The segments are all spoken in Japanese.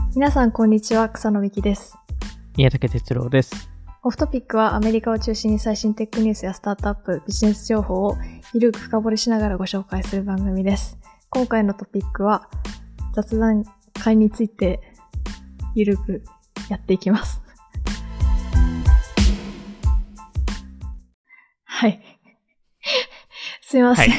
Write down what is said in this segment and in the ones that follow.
皆さんこんにちは、草野美希です。 宮武哲郎です。 オフトピックはアメリカを中心に最新テックニュースやスタートアップ、ビジネス情報をゆるく深掘りしながらご紹介する番組です。今回のトピックは雑談会についてゆるくやっていきます。はい。すいません。はい、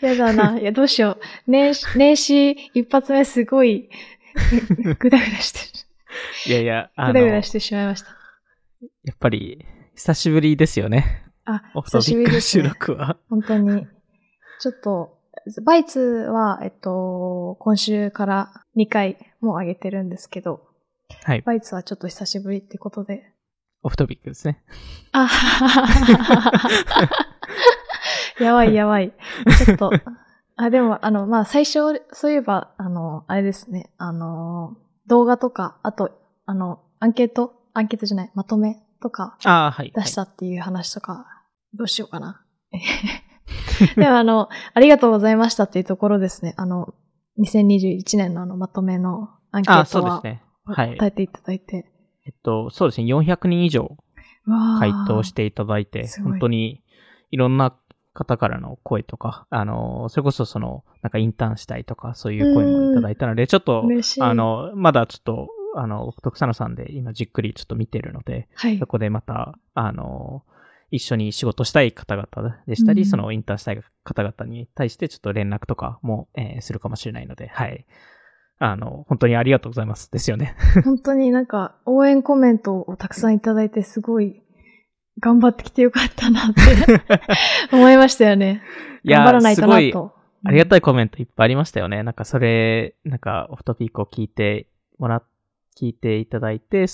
やだな。いや、どうしよう。年始一発目すごいぐだぐだしてる。 いや、 ぐだぐだしてしまいました。 やっぱり、久しぶりですよね。オフトピック収録は。 本当に。ちょっと、バイツは、今週から2回もう上げてるんですけど、 はい。 バイツはちょっと久しぶりってことで。 オフトピックですね。 あはははやばい。ちょっと、でも、まあ、最初、そういえば、あれですね、動画とか、あと、アンケートじゃない、まとめとか、出したっていう話とか、どうしようかな。でも、ありがとうございましたっていうところですね。2021年のまとめのアンケートは、 そうですね。はい。 答えていただいて。 そうですね、400人以上、回答していただいて、本当に、いろんな方からの声とか、それこそなんかインターンしたいとか、そういう声もいただいたので、ちょっと、まだちょっと、草野さんで今じっくりちょっと見てるので、はい、そこでまた、一緒に仕事したい方々でしたり、そのインターンしたい方々に対してちょっと連絡とかも、するかもしれないので、はい。本当にありがとうございますですよね。 本当になんか応援コメントをたくさんいただいてすごい頑張ってきてよかったなって思いましたよね。頑張らないとなと。すごいありがたいコメントいっぱいありましたよね。なんかそれ、なんかオフトピックを聞いていただいて、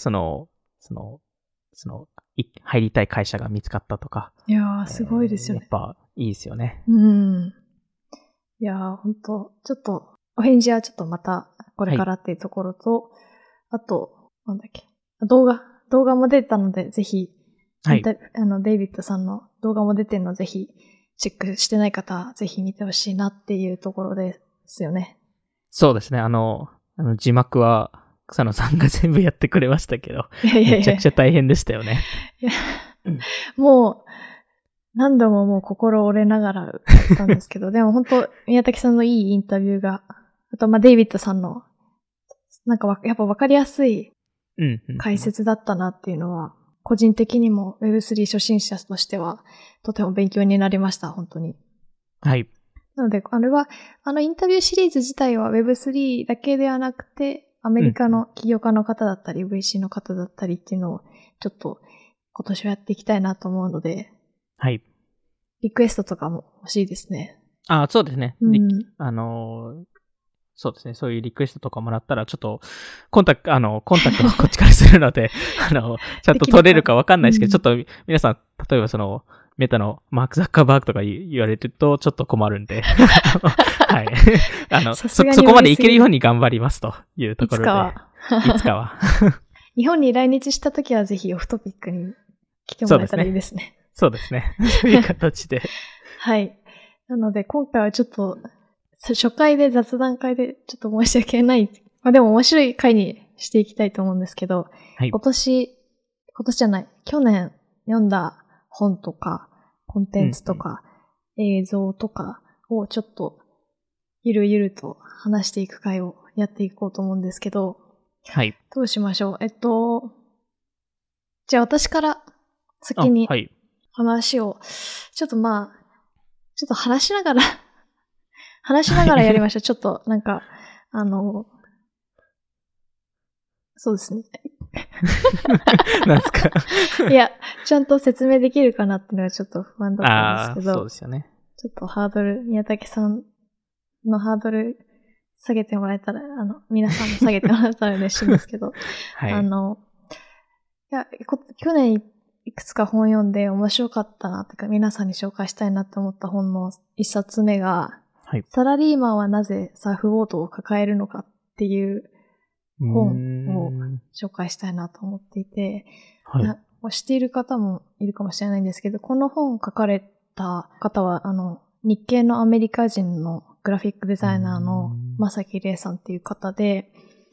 入りたい会社が見つかったとか。 いやー、すごいですよね。 やっぱいいですよね。 いやー、ほんと、ちょっと、お返事はちょっとまたこれからっていうところと、あと、なんだっけ、動画も出たので、ぜひ、デイビッドさんの動画も出てるのぜひ、チェックしてない方はぜひ見てほしいなっていうところですよね。 そうですね。字幕は草野さんが全部やってくれましたけど、めちゃくちゃ大変でしたよね。 もう、何度ももう心折れながらだったんですけど、でも本当宮武さんのいいインタビューが、あとデイビッドさんの、なんかやっぱ分かりやすい解説だったなっていうのは、個人的にも Web3 初心者としてはとても勉強になりました、本当に。 はい。 なので、あれは、インタビューシリーズ自体は Web3 だけではなくて、アメリカの起業家の方だったり、VC の方だったりっていうのを、ちょっと今年はやっていきたいなと思うので、 はい。 リクエストとかも欲しいですね。 そうですね。そうですね。そういうリクエストとかもらったら、ちょっと、コンタクトをこっちからするので、ちゃんと取れるかわかんないですけど、ちょっと皆さん、例えばメタのマーク・ザッカーバーグとか言われると、ちょっと困るんで、はい。そこまでいけるように頑張りますというところで。いつかは。 日本に来日したときはぜひオフトピックに来てもらえたらいいですね。 そうですね。そういう形で。 はい。なので、今回はちょっと、初回で雑談会でちょっと申し訳ない。でも面白い回にしていきたいと思うんですけど、はい、今年じゃない、去年読んだ本とか、コンテンツとか、映像とかをちょっと、ゆるゆると話していく回をやっていこうと思うんですけど、 はい。 どうしましょう。じゃあ私から先に話を、ちょっと話しながらやりましょう。ちょっと、なんか、そうですね。 なんですかいや、ちゃんと説明できるかなっていうのがちょっと不安だったんですけど、 そうですよね。 ちょっと宮武さんのハードル下げてもらえたら、皆さんも下げてもらえたら嬉しいんですけど、 はい。 去年いくつか本読んで面白かったなってか、皆さんに紹介したいなって思った本の一冊目が、はい、サラリーマンはなぜサーフボードを抱えるのかっていう本を紹介したいなと思っていて、はい、知っている方もいるかもしれないんですけど、この本を書かれた方は、日系のアメリカ人のグラフィックデザイナーの正木玲さんっていう方で、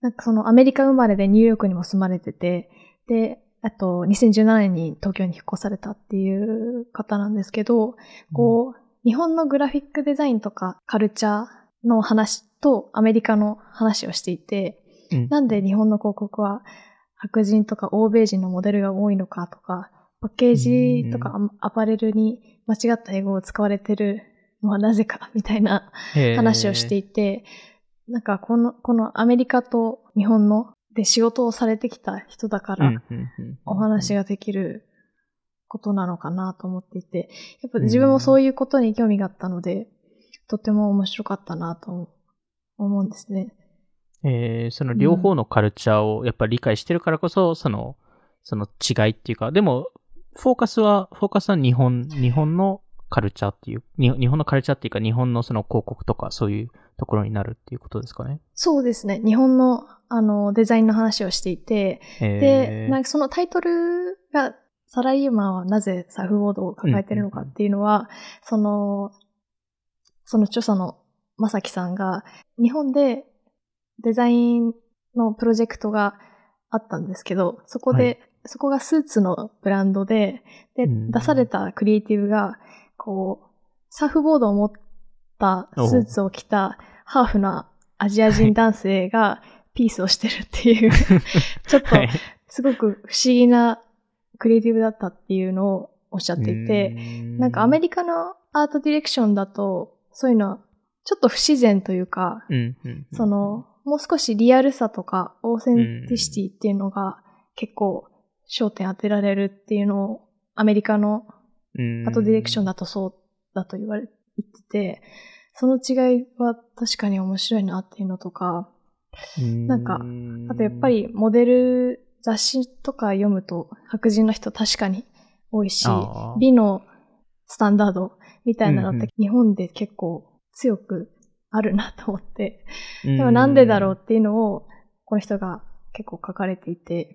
なんかそのアメリカ生まれでニューヨークにも住まれてて、で、あと2017年に東京に引っ越されたっていう方なんですけど、こう、日本のグラフィックデザインとかカルチャーの話とアメリカの話をしていて、なんで日本の広告は白人とか欧米人のモデルが多いのかとか、パッケージとかアパレルに間違った英語を使われてるのはなぜかみたいな話をしていて、なんかこのアメリカと日本ので仕事をされてきた人だからお話ができることなのかなと思っていて、やっぱ自分もそういうことに興味があったので、とても面白かったなと思うんですね。 その両方のカルチャーをやっぱり理解してるからこそ、その違いっていうか、でもフォーカスは日本のカルチャーっていう、日本のカルチャーっていうか、日本のその広告とかそういうところになるっていうことですかね。 そうですね。日本のデザインの話をしていて、で、なんかそのタイトルがサラリーマンはなぜサーフボードを抱えてるのかっていうのは、その著者のまさきさんが日本でデザインのプロジェクトがあったんですけど、そこがスーツのブランドで、出されたクリエイティブが、こう、サーフボードを持ったスーツを着たハーフなアジア人男性がピースをしてるっていう、ちょっとすごく不思議なクリエイティブだったっていうのをおっしゃっていて、なんかアメリカのアートディレクションだと、そういうのはちょっと不自然というか、もう少しリアルさとかオーセンティシティっていうのが結構焦点当てられるっていうのをアメリカのアートディレクションだとそうだと言ってて、その違いは確かに面白いなっていうのとか、なんか、あとやっぱりモデル雑誌とか読むと白人の人確かに多いし、美のスタンダードみたいなのって日本で結構強くあるなと思って、でもなんでだろうっていうのをこの人が結構書かれていて、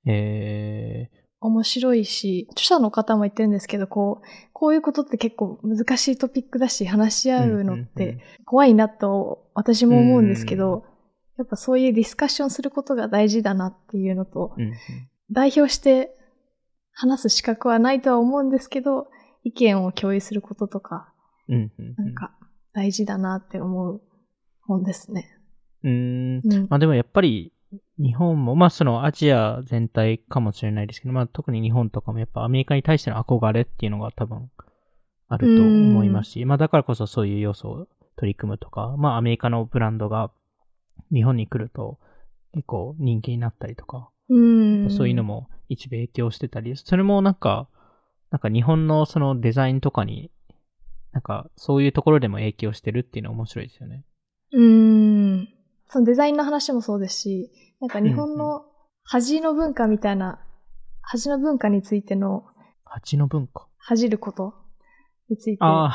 面白いし、著者の方も言ってるんですけど、こういうことって結構難しいトピックだし、話し合うのって怖いなと私も思うんですけど、やっぱそういうディスカッションすることが大事だなっていうのと、代表して話す資格はないとは思うんですけど、意見を共有することとか、なんか大事だなって思う本ですね。 まあでもやっぱり日本も、まあそのアジア全体かもしれないですけど、まあ特に日本とかもやっぱアメリカに対しての憧れっていうのが多分あると思いますし、まあだからこそそういう要素を取り組むとか、まあアメリカのブランドが日本に来ると結構人気になったりとか、そういうのも一部影響してたり、それもなんか日本のそのデザインとかになんかそういうところでも影響してるっていうのは面白いですよね。 そのデザインの話もそうですし、なんか日本の恥の文化みたいな、恥の文化についての、 恥の文化？ 恥じることについて、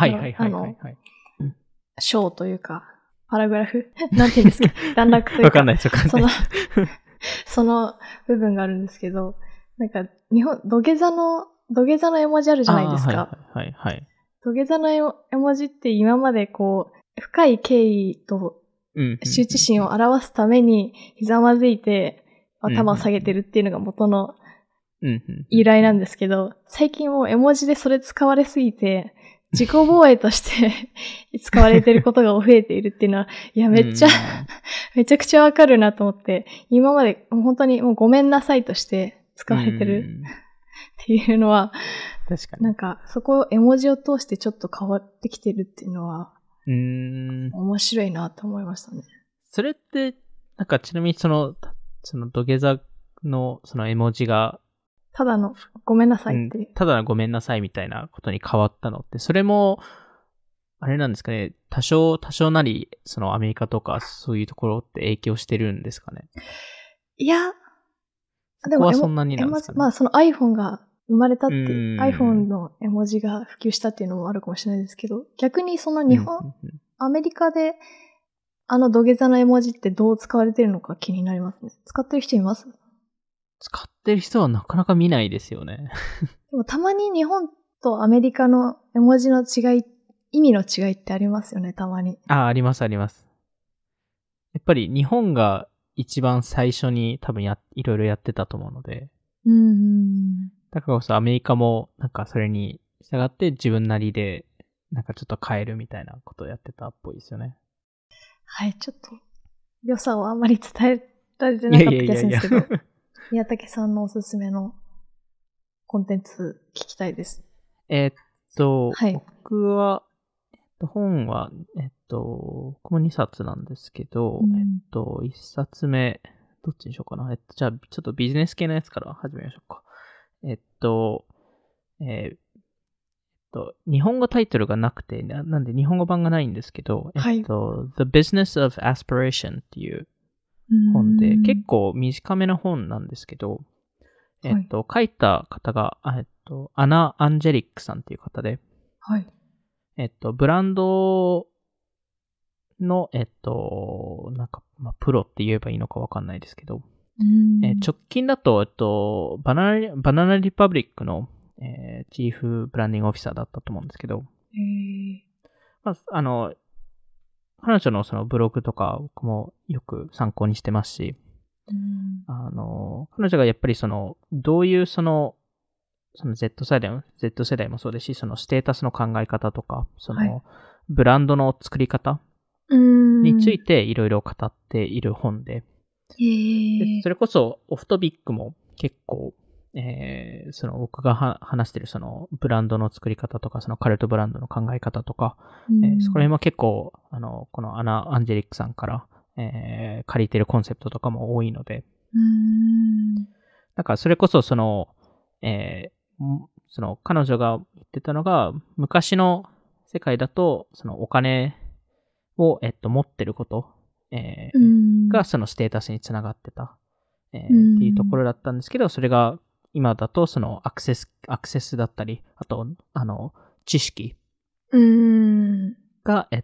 章というか、パラグラフなんて言うんですか段落というか。 わかんないです、わかんない。 その部分があるんですけど、なんか土下座の絵文字あるじゃないですか。土下座の絵文字って今までこう、深い敬意と羞恥心を表すためにひざまずいて頭を下げてるっていうのが元の由来なんですけど、最近もう絵文字でそれ使われすぎて、自己防衛として使われてることが増えているっていうのは、いやめちゃくちゃわかるなと思って、今まで本当にもうごめんなさいとして使われてるっていうのは、 確かに。 なんかそこを絵文字を通してちょっと変わってきてるっていうのは、面白いなと思いましたね。 それって、なんかちなみにその土下座のその絵文字が、 ただのごめんなさいっていう。 ただのごめんなさいみたいなことに変わったのって、それも、あれなんですかね、多少なり、そのアメリカとかそういうところって影響してるんですかね。 いや、 でもそんなになんですかね。 まあその iPhone が生まれたって、iPhone の絵文字が普及したっていうのもあるかもしれないですけど、逆にそのアメリカで土下座の絵文字ってどう使われてるのか気になりますね。使ってる人います？ 使ってる人はなかなか見ないですよね。 でもたまに日本とアメリカの絵文字の違い、意味の違いってありますよね、たまに。 ありますあります。やっぱり日本が一番最初に多分いろいろやってたと思うので。だからこそアメリカもなんかそれに従って自分なりでなんかちょっと変えるみたいなことをやってたっぽいですよね。 はい、ちょっと良さをあんまり伝えられてなかった気がするんですけど、宮武さんのおすすめのコンテンツ聞きたいです。 はい、僕は、本は、僕も2冊なんですけど、1冊目、どっちにしようかな。じゃあ、ちょっとビジネス系のやつから始めましょうか。日本語タイトルがなくて、なんで日本語版がないんですけど、 はい、 The Business of Aspiration っていう本で、結構短めの本なんですけど、書いた方が、アナ・アンジェリックさんっていう方で、 はい。 ブランドの、なんか、プロって言えばいいのかわかんないですけど、直近だと、バナナリパブリックの、チーフブランディングオフィサーだったと思うんですけど、彼女のそのブログとか僕もよく参考にしてますし、彼女がやっぱりどういうその Z 世代もそうですし、そのステータスの考え方とか、ブランドの作り方についていろいろ語っている本で、それこそオフトピックも結構、僕が話してるそのブランドの作り方とか、そのカルトブランドの考え方とか、そこら辺も結構、このアナ・アンジェリックさんから、借りてるコンセプトとかも多いので、だからそれこそその彼女が言ってたのが、昔の世界だと、そのお金を、持ってること、がそのステータスにつながってた、っていうところだったんですけど、それが今だとそのアクセスだったり、あと、知識が、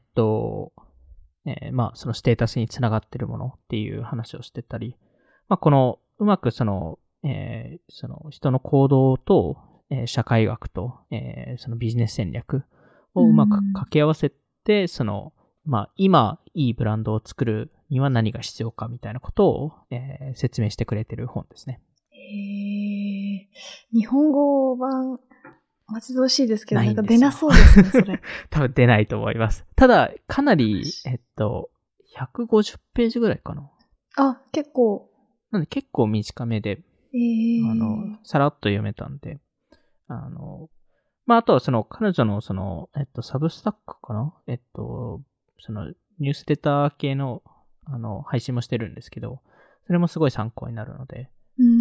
そのステータスにつながってるものっていう話をしてたり、この、うまくその人の行動と、社会学と、そのビジネス戦略をうまく掛け合わせて、今いいブランドを作るには何が必要かみたいなことを、説明してくれてる本ですね。 日本語版待ち遠しいですけど、なんか出なそうですね、それ。 多分出ないと思います。ただ、かなり、150ページぐらいかな。 あ、結構。 なんで結構短めで、さらっと読めたんで、あとは彼女のサブスタックかなその、ニュースレター系の、配信もしてるんですけど、それもすごい参考になるので、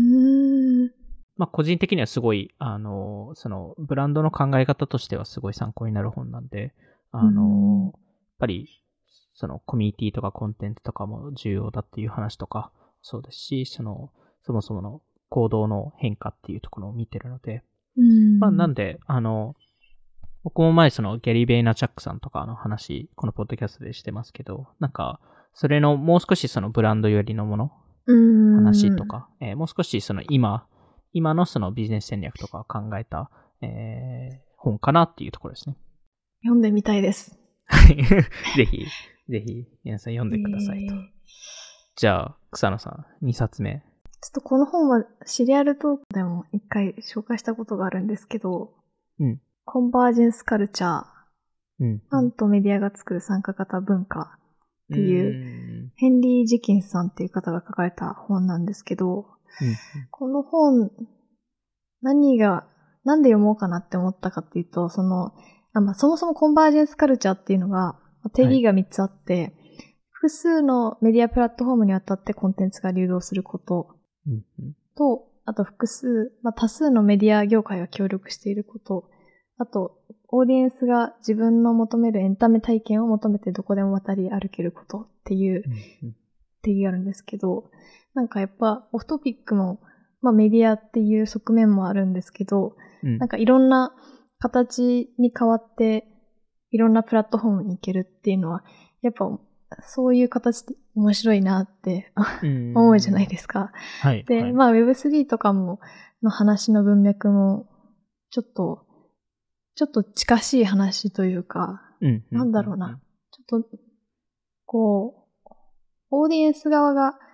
個人的にはすごい、その、ブランドの考え方としてはすごい参考になる本なんで、やっぱり、その、コミュニティとかコンテンツとかも重要だっていう話とか、そうですし、そもそもの行動の変化っていうところを見てるので、なんで、僕も前そのゲリー・ベイナチャックさんとかの話、このポッドキャストでしてますけど、なんか、それのもう少しそのブランド寄りのもの、話とか、もう少しその今のそのビジネス戦略とかを考えた、本かなっていうところですね。 読んでみたいです。 ぜひ皆さん読んでくださいと。じゃあ、草野さん、2冊目。 ちょっとこの本はシリアルトークでも一回紹介したことがあるんですけど、コンバージェンスカルチャー、ファンとメディアが作る参加型文化っていう、ヘンリー・ジキンスさんっていう方が書かれた本なんですけど、この本、なんで読もうかなって思ったかっていうと、そもそもコンバージェンスカルチャーっていうのが、定義が3つあって、複数のメディアプラットフォームにわたってコンテンツが流動することと、あと多数のメディア業界が協力していること、あと、オーディエンスが自分の求めるエンタメ体験を求めてどこでも渡り歩けることっていう定義があるんですけど、なんかやっぱオフトピックも、メディアっていう側面もあるんですけど、なんかいろんな形に変わっていろんなプラットフォームに行けるっていうのは、やっぱそういう形で面白いなって思うじゃないですか。で、Web3 とかの話の文脈もちょっと近しい話というか、なんだろうな。ちょっと、オーディエンス側が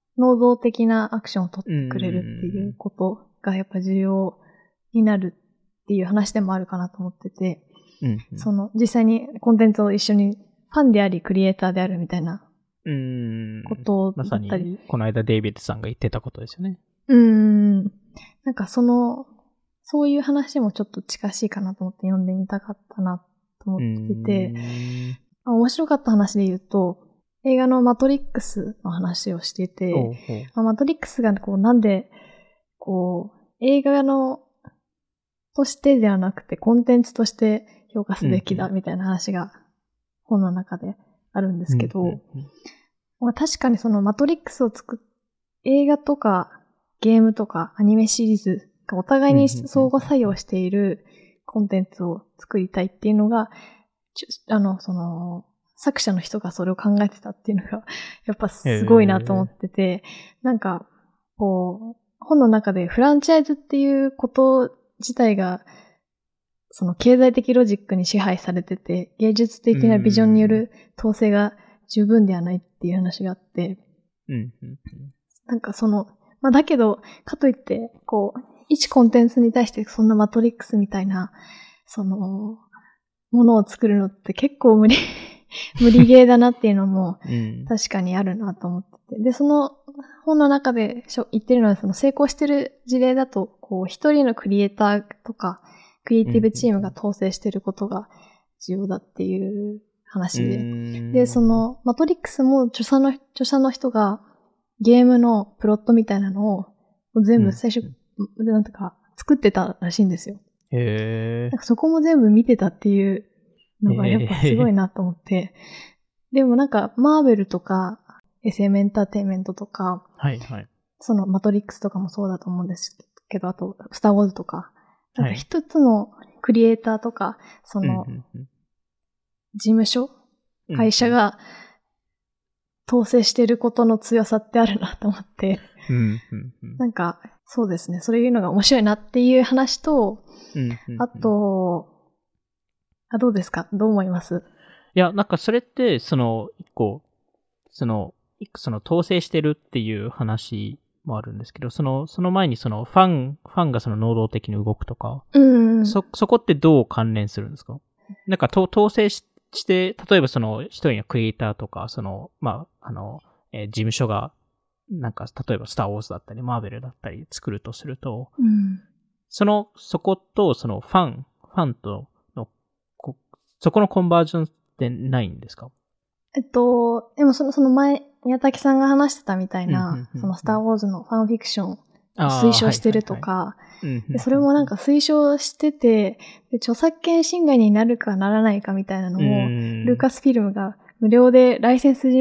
能動的なアクションを取ってくれるっていうことがやっぱ重要になるっていう話でもあるかなと思ってて、その実際にコンテンツを一緒にファンでありクリエイターであるみたいなことだったり。 まさにこの間デイビッドさんが言ってたことですよね。 なんかそういう話もちょっと近しいかなと思って読んでみたかったなと思ってて、面白かった話で言うと、映画のマトリックスの話をしてて、マトリックスがなんで、映画としてではなくてコンテンツとして評価すべきだみたいな話が本の中であるんですけど、確かにそのマトリックスを映画とかゲームとかアニメシリーズがお互いに相互作用しているコンテンツを作りたいっていうのが、作者の人がそれを考えてたっていうのが、やっぱすごいなと思ってて、なんか、本の中でフランチャイズっていうこと自体が、その経済的ロジックに支配されてて、芸術的なビジョンによる統制が十分ではないっていう話があって、なんかだけど、かといって、一コンテンツに対してそんなマトリックスみたいな、ものを作るのって結構無理ゲーだなっていうのも確かにあるなと思ってて。で、その本の中で言ってるのは、成功してる事例だと、一人のクリエイターとか、クリエイティブチームが統制してることが重要だっていう話で。で、マトリックスも著者の人がゲームのプロットみたいなのを全部最初、なんとか作ってたらしいんですよ。なんかそこも全部見てたっていうのがやっぱすごいなと思って。でもなんかマーベルとか SM エンターテインメントとか、そのマトリックスとかもそうだと思うんですけど、あとスターウォーズとか、なんか一つのクリエイターとか、事務所、会社が統制してることの強さってあるなと思って、なんかそうですね、そういうのが面白いなっていう話と、あと、どうですか？どう思います？ いや、なんかそれって、一個統制してるっていう話もあるんですけど、その前にファンが能動的に動くとか、そこってどう関連するんですか？なんか統制して、例えば一人のクリエイターとか、事務所が、なんか例えばスターウォーズだったり、マーベルだったり作るとすると、そことファンとの、そこのコンバージョンってないんですか？ でもその前、宮崎さんが話してたみたいな、そのスターウォーズのファンフィクションを推奨してるとか、それもなんか推奨してて、で著作権侵害になるかならないかみたいなのを、ルーカスフィルムが無料でライセンス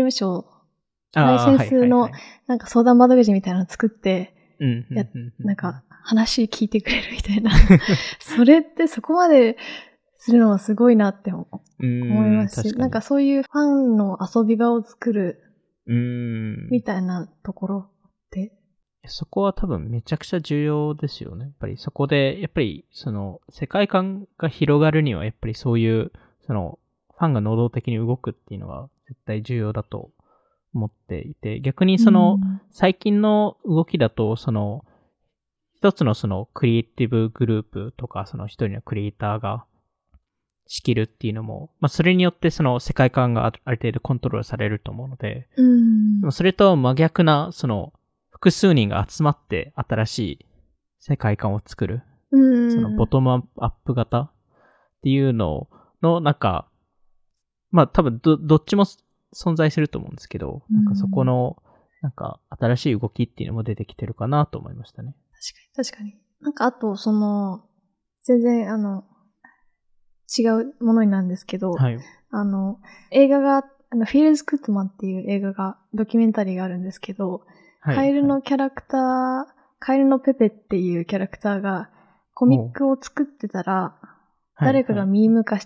のなんか相談窓口みたいなのを作って、なんか話聞いてくれるみたいな。それってそこまでするのはすごいなって思いますし、なんかそういうファンの遊び場を作るみたいなところって。 そこは多分めちゃくちゃ重要ですよね。やっぱりそこで、やっぱり世界観が広がるには、やっぱりそういう、ファンが能動的に動くっていうのは絶対重要だと思っていて、逆に最近の動きだと、一つのクリエイティブグループとか、一人のクリエイターが仕切るっていうのも、それによって世界観がある程度コントロールされると思うので、それと真逆な、複数人が集まって新しい世界観を作る、ボトムアップ型っていうのの、なんか、多分どっちも存在すると思うんですけど、なんかそこの、なんか新しい動きっていうのも出てきてるかなと思いましたね。 確かに。なんかあと、全然違うものになるんですけど、映画が、フィールズ・グッドマンっていう映画が、ドキュメンタリーがあるんですけど、カエルのキャラクター、カエルのペペっていうキャラクターが、コミックを作ってたら、誰かがミーム化して、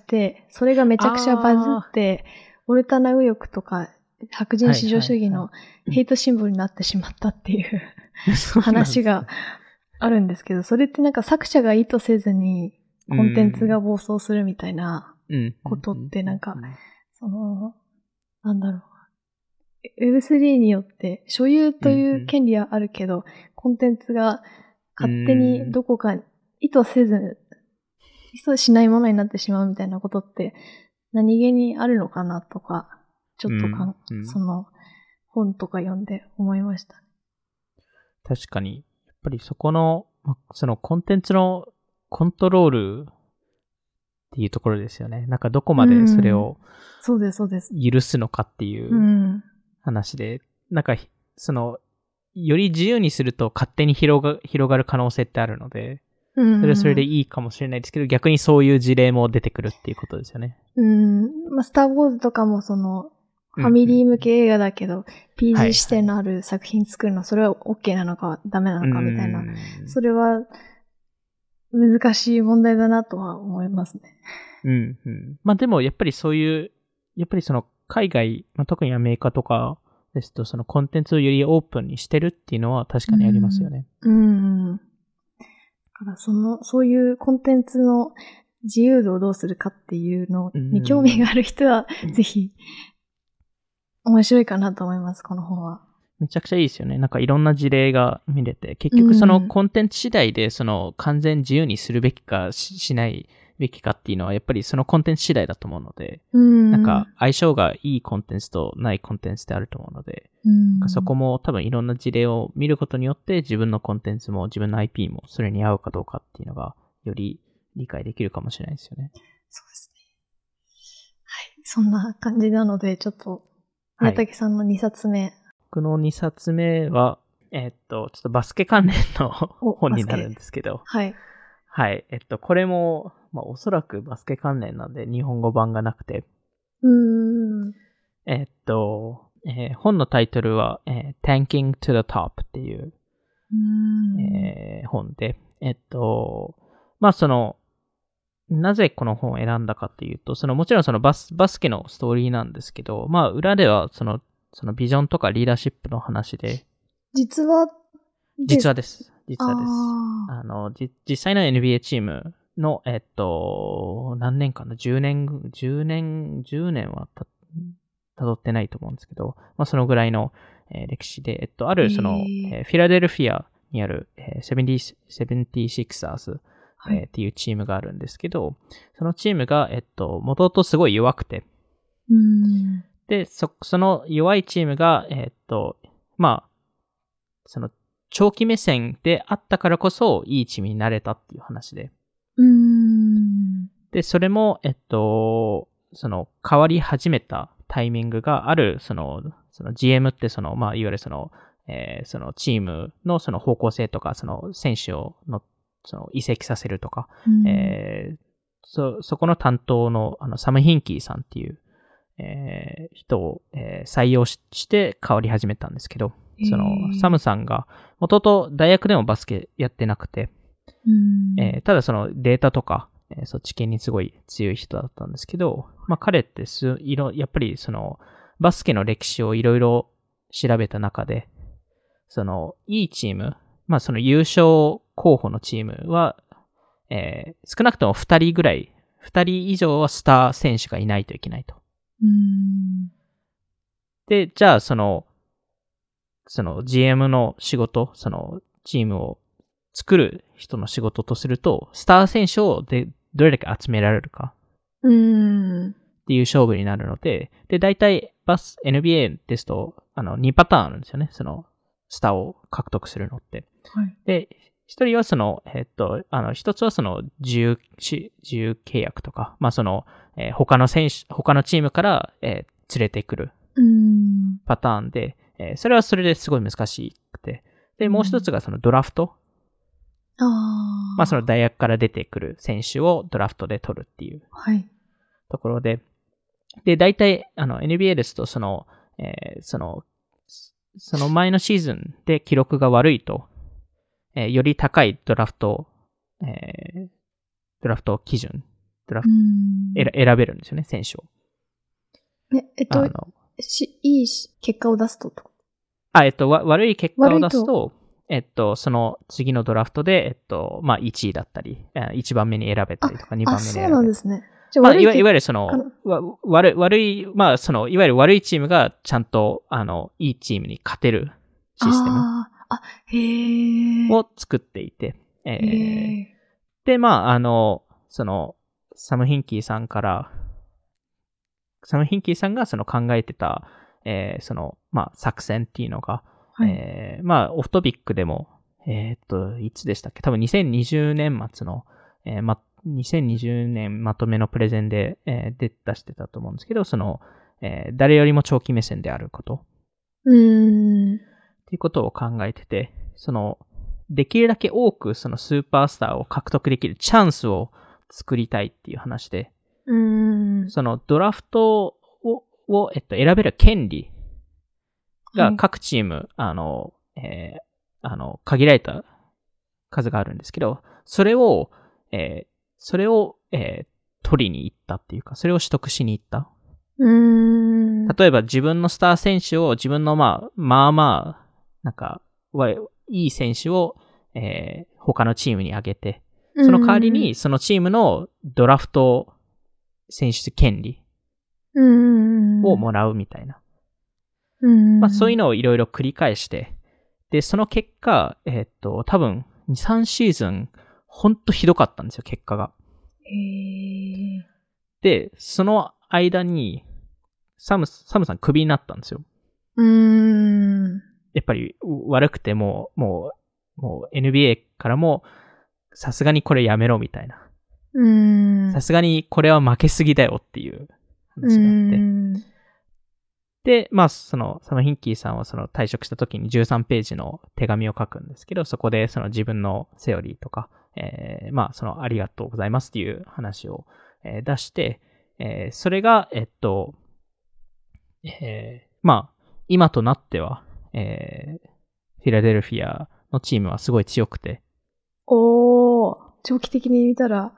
それがめちゃくちゃバズって、オルタナ右翼とか、白人至上主義のヘイトシンボルになってしまったっていう話があるんですけど、それってなんか作者が意図せずにコンテンツが暴走するみたいなことってなんか、なんだろう。 Web3 によって所有という権利はあるけど、コンテンツが勝手にどこか意図しないものになってしまうみたいなことって何気にあるのかなとか、ちょっとその本とか読んで思いました。 確かに、やっぱりそのコンテンツのコントロールっていうところですよね。なんかどこまでそれを許すのかっていう話で、なんかより自由にすると勝手に広がる可能性ってあるので、それはそれでいいかもしれないですけど、逆にそういう事例も出てくるっていうことですよね。 まあ、スター・ウォーズとかもファミリー向け映画だけど、PG 指定のある作品作るの、それは OK なのかダメなのかみたいな、それは難しい問題だなとは思いますね。 まあでもやっぱりそういう、やっぱり海外、まあ、特にアメリカとかですと、そのコンテンツをよりオープンにしてるっていうのは確かにありますよね。 だからそういうコンテンツの自由度をどうするかっていうのに興味がある人は、ぜひ、面白いかなと思います、この本は。 めちゃくちゃいいですよね。なんかいろんな事例が見れて、結局そのコンテンツ次第で完全自由にするべきかしないべきかっていうのはやっぱりそのコンテンツ次第だと思うので、なんか相性がいいコンテンツとないコンテンツってあると思うので、なんかそこも多分いろんな事例を見ることによって自分のコンテンツも自分の IP もそれに合うかどうかっていうのがより理解できるかもしれないですよね。 そうですね。はい。そんな感じなので、ちょっと宮武さんの2冊目。 僕の2冊目は、ちょっとバスケ関連の本になるんですけど。 はい。 はい。これも、まあ、おそらくバスケ関連なんで日本語版がなくて。本のタイトルは、Tanking to the Top っていう、本で、まあなぜこの本を選んだかっていうと、もちろんバスケのストーリーなんですけど、まあ裏ではそのビジョンとかリーダーシップの話で。 実話です。実際の NBA チームの、何年かな ?10 年は辿ってないと思うんですけど、まあそのぐらいの、歴史で、あるフィラデルフィアにある、76ers、っていうチームがあるんですけど、そのチームが、もともとすごい弱くて、で、その弱いチームが、まあ、長期目線であったからこそ、いいチームになれたっていう話で。で、それも、変わり始めたタイミングがある、GM ってまあ、いわゆるチームの方向性とか、選手移籍させるとか、そこの担当のサム・ヒンキーさんっていう、人を、採用して変わり始めたんですけど、サムさんが元々大学でもバスケやってなくて、ただデータとか、そっち系にすごい強い人だったんですけど、まあ彼ってやっぱりバスケの歴史をいろいろ調べた中で、いいチーム、まあ優勝候補のチームは、少なくとも2人以上はスター選手がいないといけないと。で、じゃあGM の仕事、チームを作る人の仕事とすると、スター選手をどれだけ集められるか。っていう勝負になるので、で、大体NBA ですと、2パターンあるんですよね。スターを獲得するのって。 はい、で、一人は一つは自由契約とか、まあ他のチームから、連れてくるパターンで、それはそれですごい難しくて。で、もう一つがドラフト。まあ大学から出てくる選手をドラフトで取るっていうところで。で、大体、NBA ですとその前のシーズンで記録が悪いと、より高いドラフト基準、選べるんですよね、選手を。 いい結果を出すと。 悪い結果を出すと、その次のドラフトで、まあ1位だったり、1番目に選べたりとか、2番目に選べたり。 そうなんですね。 まあ、いわゆるその、悪い、まあ、その、いわゆる悪いチームがちゃんと、いいチームに勝てるシステムを作っていて、で、まあ、その、サム・ヒンキーさんがその考えてた、その、まあ、作戦っていうのが、はい、まあ、オフトピックでも、いつでしたっけ？多分2020年末の、2020年まとめのプレゼンで、出してたと思うんですけど、その、誰よりも長期目線であること。っていうことを考えてて、その、できるだけ多くそのスーパースターを獲得できるチャンスを作りたいっていう話で、そのドラフトを選べる権利が各チーム、限られた数があるんですけど、それを、取りに行ったっていうか、それを取得しに行った。例えば自分のスター選手を、自分のまあ、なんか、いい選手を、他のチームに上げて、その代わりにそのチームのドラフト選出権利をもらうみたいな。まあ、そういうのをいろいろ繰り返して、で、その結果、多分、2、3シーズン、ほんとひどかったんですよ、結果が。で、その間に、サムさんクビになったんですよ。やっぱり悪くてもう NBA からも、さすがにこれやめろみたいな。さすがにこれは負けすぎだよっていう話があって。で、まあ、そのサム・ヒンキーさんはその退職した時に13ページの手紙を書くんですけど、そこでその自分のセオリーとか、まあ、そのありがとうございますっていう話を、出して、それが、まあ、今となっては、フィラデルフィアのチームはすごい強くて。 長期的に見たら、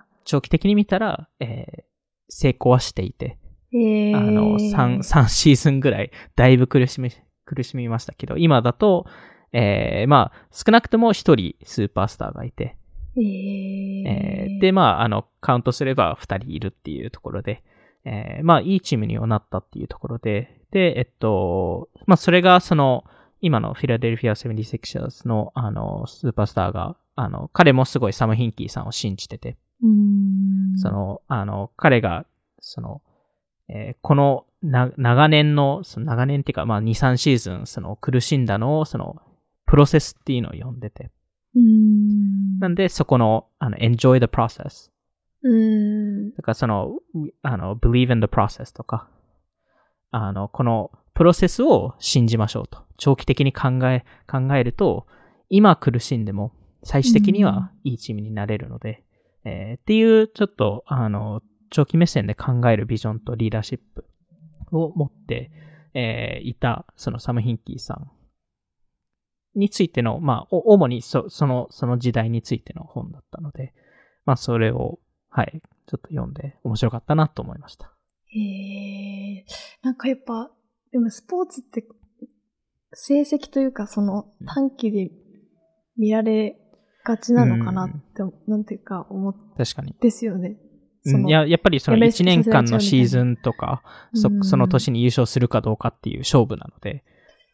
成功はしていて。3シーズンぐらい、だいぶ苦しみましたけど、今だと、まあ、少なくとも一人スーパースターがいて、で、まあ、カウントすれば2人いるっていうところで、まあ、いいチームにはなったっていうところで、で、まあ、それがその、今のフィラデルフィア 76ers の、スーパースターが、彼もすごいサム・ヒンキーさんを信じてて、その、彼が、その、この長年っていうか、まあ、2、3シーズン、その、苦しんだのを、その、プロセスっていうのを呼んでて。なんで、そこの、enjoy the process。だから、その、believe in the process とか、この、プロセスを信じましょうと。長期的に考えると、今苦しんでも、最終的にはいいチームになれるので、っていう、ちょっと、長期目線で考えるビジョンとリーダーシップを持って、いた、そのサム・ヒンキーさんについての、まあ、主にその時代についての本だったので、まあ、それを、はい、ちょっと読んで面白かったなと思いました。 なんかやっぱ、でもスポーツって、成績というか、その短期で見られがちなのかなって、なんていうか思って。 確かに。 ですよね。 やっぱりその1年間のシーズンとか、その年に優勝するかどうかっていう勝負なので。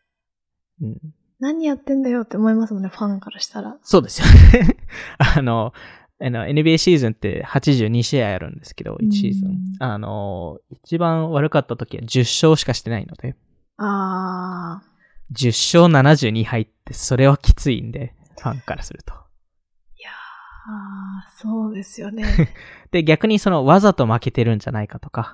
何やってんだよって思いますもんね、ファンからしたら。 そうですよね。NBA シーズンって82試合あるんですけど、1シーズン。一番悪かった時は10勝しかしてないので。10勝72敗ってそれはきついんで、ファンからすると。 そうですよね。 で、逆にそのわざと負けてるんじゃないかとか、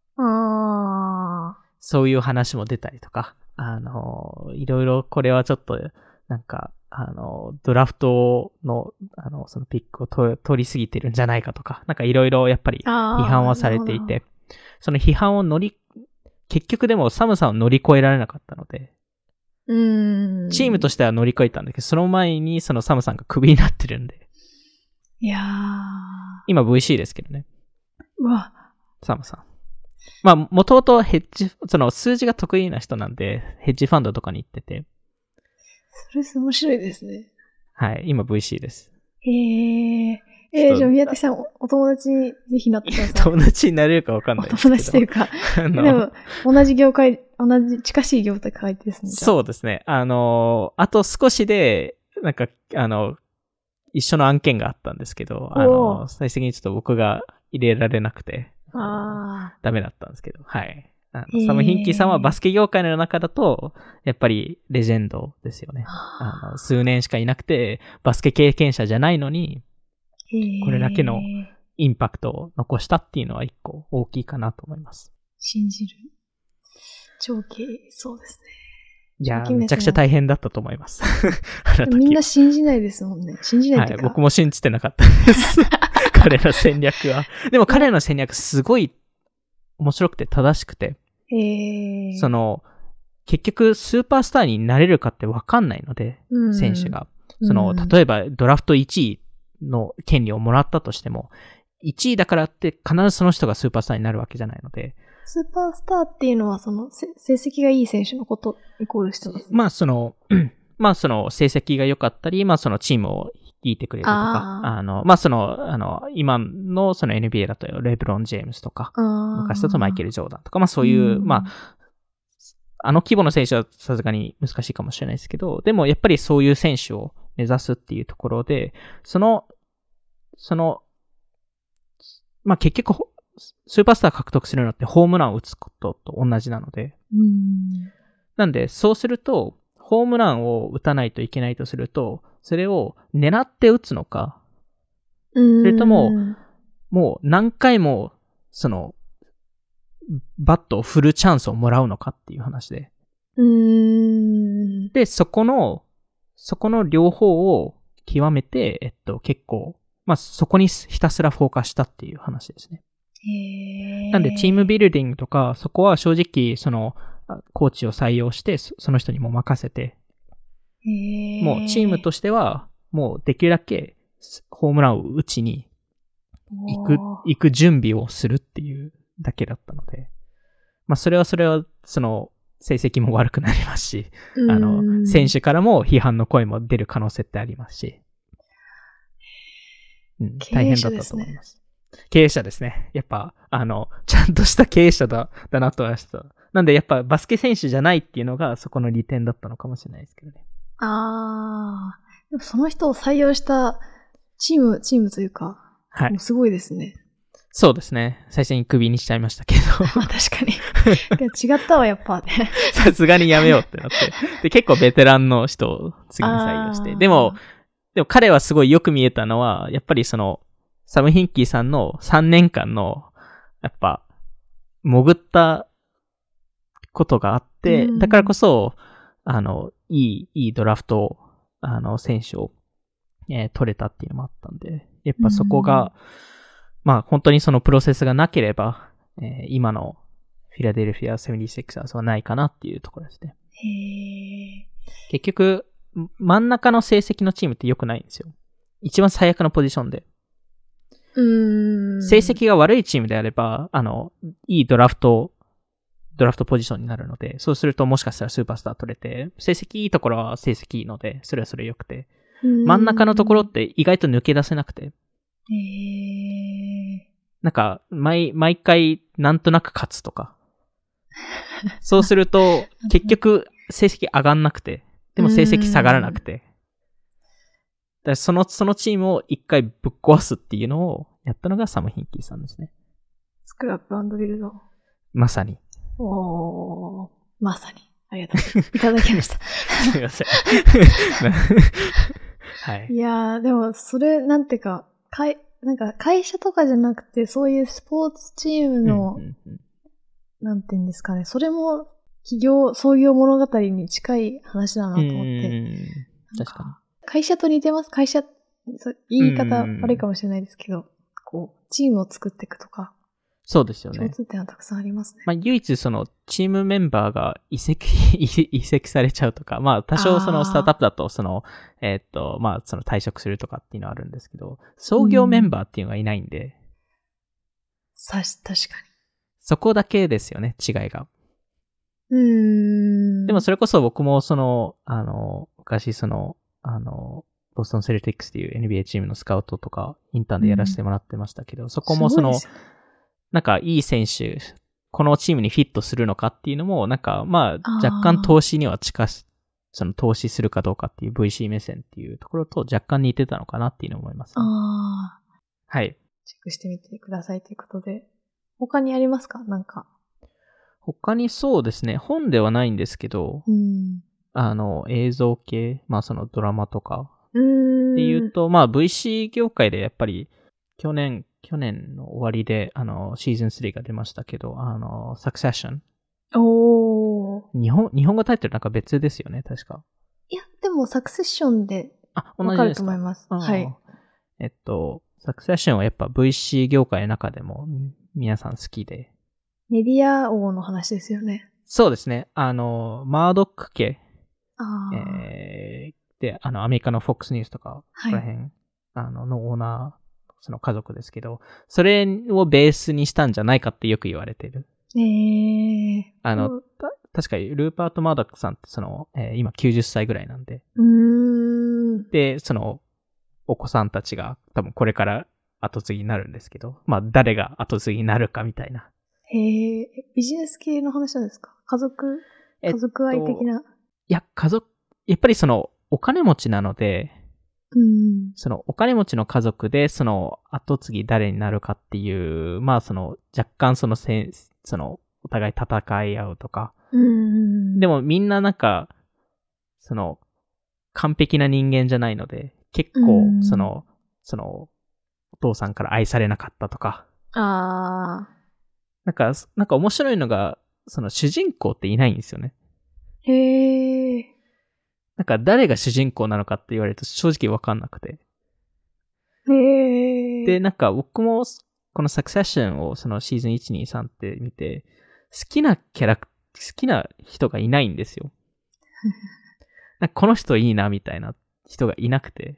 そういう話も出たりとか、いろいろこれはちょっと、なんか、ドラフトの、そのピックを取りすぎてるんじゃないかとか、なんかいろいろやっぱり批判はされていて、その批判を結局でもサムさんを乗り越えられなかったので、チームとしては乗り越えたんだけど、その前にそのサムさんがクビになってるんで、今 VC ですけどね。サムさん。まあ、もともとその数字が得意な人なんで、ヘッジファンドとかに行ってて。 それ面白いですね。 はい、今 VC です。 じゃあ宮崎さん、お友達にぜひなってください。 友達になれるかわかんないですけど。 お友達というか。でも、同じ近しい業界ですね。 そうですね。あと少しで、なんか、一緒の案件があったんですけど、最終的にちょっと僕が入れられなくて、ダメだったんですけど、はい。サム・ヒンキーさんはバスケ業界の中だと、やっぱりレジェンドですよね。数年しかいなくて、バスケ経験者じゃないのに、これだけのインパクトを残したっていうのは一個大きいかなと思います。 信じる。そうですね。 いやー、めちゃくちゃ大変だったと思います。 みんな信じないですもんね。信じないっていうか。 はい、僕も信じてなかったです。彼の戦略は。でも彼の戦略すごい面白くて正しくて。結局スーパースターになれるかって分かんないので、選手が。例えばドラフト1位の権利をもらったとしても、1位だからって必ずその人がスーパースターになるわけじゃないので。 スーパースターっていうのは成績がいい選手のことイコールしてます。 成績が良かったり、チームを率いてくれるとか、今のNBA だとレブロン・ジェームスとか、昔だとマイケル・ジョーダンとか、そういう、規模の選手はさすがに難しいかもしれないですけど、でもやっぱりそういう選手を目指すっていうところで、結局、スーパースター獲得するのってホームランを打つことと同じなので、なんで、そうすると、ホームランを打たないといけないとすると、それを狙って打つのか、それとも、もう何回も、バットを振るチャンスをもらうのかっていう話で。で、そこの両方を極めて、結構、そこにひたすらフォーカスしたっていう話ですね。なんで、チームビルディングとか、そこは正直、コーチを採用して、その人にも任せて、もうチームとしては、もうできるだけホームランを打ちに行く準備をするっていうだけだったので、それは成績も悪くなりますし、選手からも批判の声も出る可能性ってありますし、大変だったと思います。経営者ですね。やっぱ、ちゃんとした経営者だなと思いました。なんで、やっぱバスケ選手じゃないっていうのがそこの利点だったのかもしれないですけどね。 でもその人を採用したチームというか、はい。もうすごいですね。 そうですね。最初にクビにしちゃいましたけど。 確かに。違ったわ、やっぱ。 さすがにやめようってなって。で、結構ベテランの人を次に採用して。でも彼はすごいよく見えたのは、やっぱりサム・ヒンキーさんの3年間の、やっぱ、潜ったことがあって、だからこそ、いいドラフト、選手を、取れたっていうのもあったんで、やっぱそこが、本当にそのプロセスがなければ、今のフィラデルフィア 76ers はないかなっていうところですね。結局、真ん中の成績のチームって良くないんですよ。一番最悪のポジションで。成績が悪いチームであれば、いいドラフトポジションになるので、そうするともしかしたらスーパースター取れて、成績いいところは成績いいので、それはそれ良くて、真ん中のところって意外と抜け出せなくて、なんか、毎回なんとなく勝つとか。そうすると、結局成績上がんなくて、でも成績下がらなくて。だからそのチームを一回ぶっ壊すっていうのをやったのがサム・ヒンキーさんですね。 スクラップ&ビルド。 まさに。 まさに。ありがとうございます。いただきました。 すみません。はい。 いやー、でもそれなんていうか、なんか会社とかじゃなくて、そういうスポーツチームの、なんていうんですかね、それも創業物語に近い話だなと思って。 確かに。 会社と似てます。言い方悪いかもしれないですけど、チームを作っていくとか。 そうですよね。 共通点はたくさんありますね。 唯一チームメンバーが移籍されちゃうとか、多少スタートアップだと退職するとかっていうのはあるんですけど、創業メンバーっていうのがいないんで。 確かに。 そこだけですよね、違いが。でもそれこそ僕も昔ボストンセルティックスっていう NBA チームのスカウトとかインターンでやらせてもらってましたけど、そこもその、なんかいい選手、このチームにフィットするのかっていうのも、なんかまあ若干投資にはその投資するかどうかっていう VC 目線っていうところと若干似てたのかなっていうのを思います、ね。はい。 チェックしてみてくださいということで。他にありますか？なんか。 他にそうですね、本ではないんですけど、映像系、まあそのドラマとかっていうと、まあ VC 業界でやっぱり去年の終わりでシーズン3が出ましたけど、Succession。日本語タイトルなんか別ですよね、確か。 いや、でもSuccessionでわかると思います。はい。 Succession はやっぱ VC 業界の中でも皆さん好きで。 メディア王の話ですよね。 そうですね。マードック家。で、アメリカの FOX ニュースとか、ここら辺、のオーナー、その家族ですけど、それをベースにしたんじゃないかってよく言われてる。確かに、ルーパート・マードックさんって今90歳ぐらいなんで。で、お子さんたちが多分これから後継ぎになるんですけど、まあ誰が後継ぎになるかみたいな。 ビジネス系の話なんですか？家族愛的な。 いや、やっぱりお金持ちなので、お金持ちの家族で、後継ぎ誰になるかっていう、まあ若干お互い戦い合うとか。でもみんななんか、完璧な人間じゃないので、結構、お父さんから愛されなかったとか。なんか面白いのが、主人公っていないんですよね。なんか誰が主人公なのかって言われると正直わかんなくて。で、なんか僕もこのサクセッションをシーズン1、2、3って見て、好きな人がいないんですよ。なんかこの人いいなみたいな人がいなくて。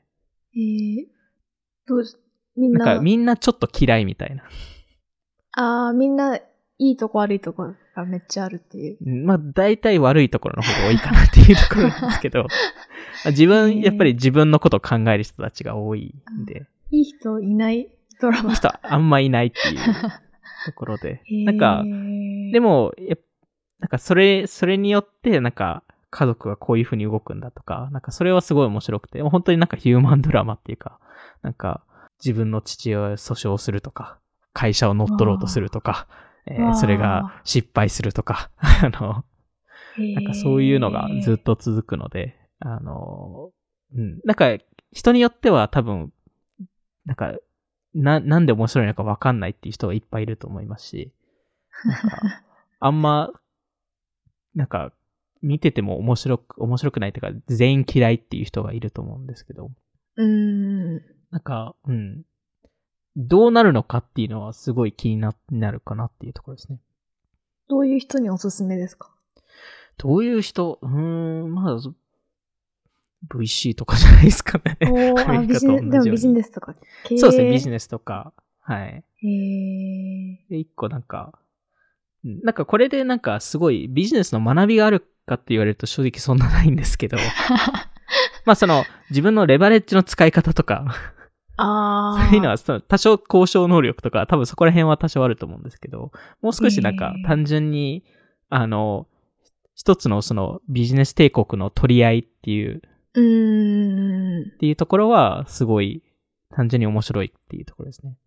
なんかみんなちょっと嫌いみたいな。 みんないいとこ悪いとこがめっちゃあるっていう。 まあ大体悪いところの方が多いかなっていうところなんですけど、やっぱり自分のことを考える人たちが多いんで。 いい人いないドラマ。 いい人あんまいないっていうところで。なんか、でも、なんかそれによって、なんか家族がこういう風に動くんだとか、なんかそれはすごい面白くて、本当になんかヒューマンドラマっていうか、なんか自分の父親を訴訟するとか、会社を乗っ取ろうとするとか、それが失敗するとか、なんかそういうのがずっと続くので、なんか人によっては多分、なんか、なんで面白いのか分かんないっていう人がいっぱいいると思いますし、なんか、あんま、なんか、見てても面白くないというか、全員嫌いっていう人がいると思うんですけど、なんか、どうなるのかっていうのはすごい気になるかなっていうところですね。 どういう人におすすめですか？ どういう人？まあ、VC とかじゃないですかね。 でもビジネスとか経営。そうですね、ビジネスとか。はい。で、一個なんかこれでなんかすごいビジネスの学びがあるかって言われると正直そんなないんですけど。まあ自分のレバレッジの使い方とか。そういうのは多少交渉能力とか多分そこら辺は多少あると思うんですけど、もう少しなんか単純に、一つのビジネス帝国の取り合いっていうところはすごい単純に面白いっていうところですね。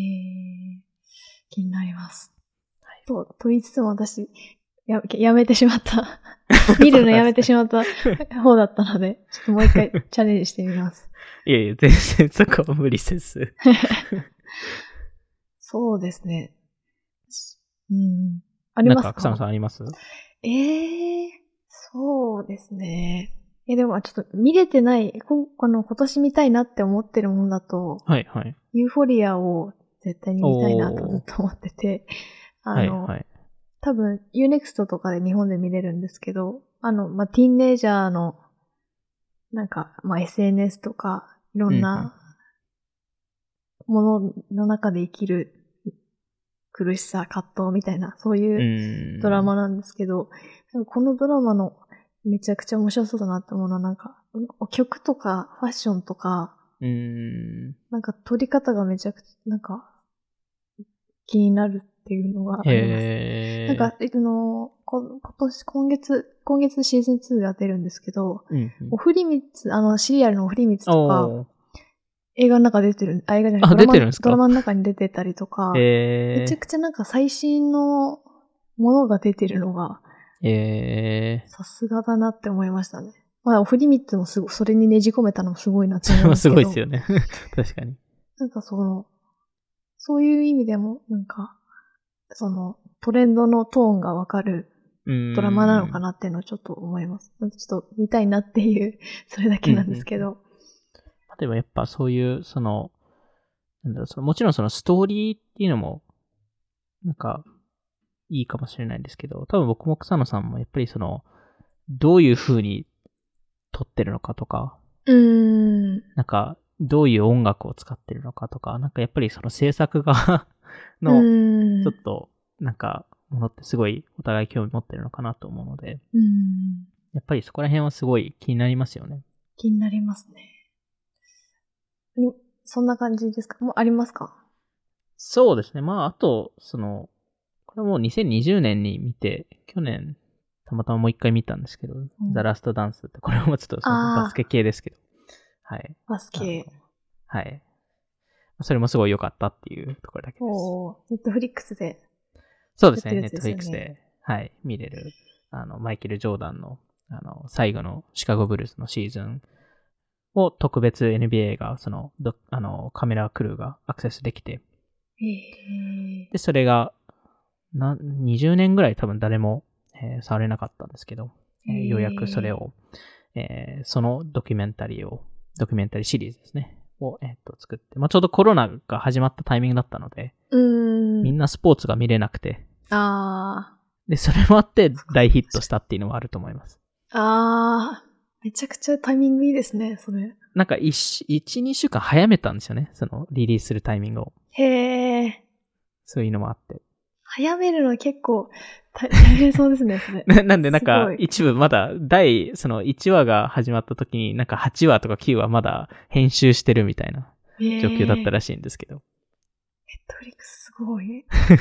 気になります。はい、と言いつつも私、やめてしまった。見るのやめてしまった方だったので、ちょっともう一回チャレンジしてみます。 いやいや、全然そこは無理せず。 そうですね。ありますか？ なんか、草野さんあります？ そうですね。でもちょっと見れてない、今年見たいなって思ってるものだと、 はいはい。 ユーフォリアを絶対に見たいなとずっと思ってて、 はいはい。 多分 Unext とかで日本で見れるんですけど、ティーンエイジャーの、なんか、SNS とか、いろんなものの中で生きる苦しさ、葛藤みたいな、そういうドラマなんですけど、このドラマのめちゃくちゃ面白そうだなって思うのは、なんか、曲とかファッションとか、なんか撮り方がめちゃくちゃ、なんか、気になるっていうのがあります。なんか、今月シーズン2が出るんですけど、おふりみつ、シリアルのおふりみつとか、映画の中出てる、映画じゃない、ドラマの中に出てたりとか、めちゃくちゃなんか最新のものが出てるのが、さすがだなって思いましたね。まあ、おふりみつもそれにねじ込めたのもすごいなって思いますけど。 すごいですよね。確かに。 なんかそういう意味でも、なんか、トレンドのトーンがわかるドラマなのかなっていうのをちょっと思います。ちょっと見たいなっていう、それだけなんですけど。 でもやっぱそういう、なんだろう、もちろんそのストーリーっていうのも、なんか、いいかもしれないんですけど、多分僕も草野さんもやっぱりどういう風に撮ってるのかとか、なんか、どういう音楽を使ってるのかとか、なんかやっぱり制作側の、ちょっと、なんか、ものってすごいお互い興味持ってるのかなと思うので、やっぱりそこら辺はすごい気になりますよね。 気になりますね。そんな感じですか？もうありますか？ そうですね。まあ、あと、これもう2020年に見て、去年、たまたまもう一回見たんですけど、ザ・ラスト・ダンスって、これもちょっとバスケ系ですけど、はい。 バスケ。 はい。それもすごい良かったっていうところだけです。 ネットフリックスで。 そうですね、ネットフリックスで、はい、見れる、マイケル・ジョーダンの、最後のシカゴブルースのシーズンを特別 NBA が、カメラクルーがアクセスできて、で、それが、20年ぐらい多分誰も、触れなかったんですけど、ようやくそれを、そのドキュメンタリーシリーズですね、を、作って、まあ、ちょうどコロナが始まったタイミングだったので、みんなスポーツが見れなくて、で、それもあって大ヒットしたっていうのはあると思います。 めちゃくちゃタイミングいいですね、それ。 なんか1、2週間早めたんですよね、リリースするタイミングを。そういうのもあって。 早めるの結構大変そうですね、それ。 なんでなんか一部まだ1話が始まった時になんか8話とか9話まだ編集してるみたいな状況だったらしいんですけど。 ネットフリックスすごい。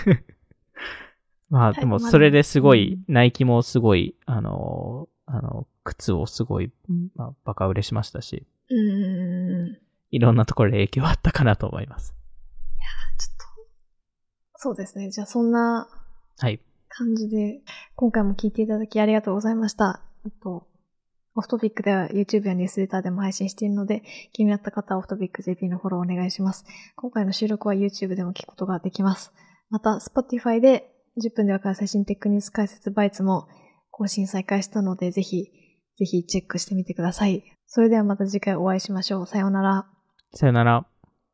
まあでもそれですごい、ナイキもすごい、靴をすごい、まあ、バカ売れしましたし。いろんなところで影響あったかなと思います。 いやちょっと。そうですね。じゃあそんな感じで、今回も聞いていただきありがとうございました。オフトピックでは YouTube やニュースレターでも配信しているので、気になった方はオフトピック JP のフォローお願いします。今回の収録は YouTube でも聞くことができます。また、Spotify で10分でわかる最新テックニュース解説バイツも更新再開したので、ぜひチェックしてみてください。それではまた次回お会いしましょう。さようなら。 さようなら。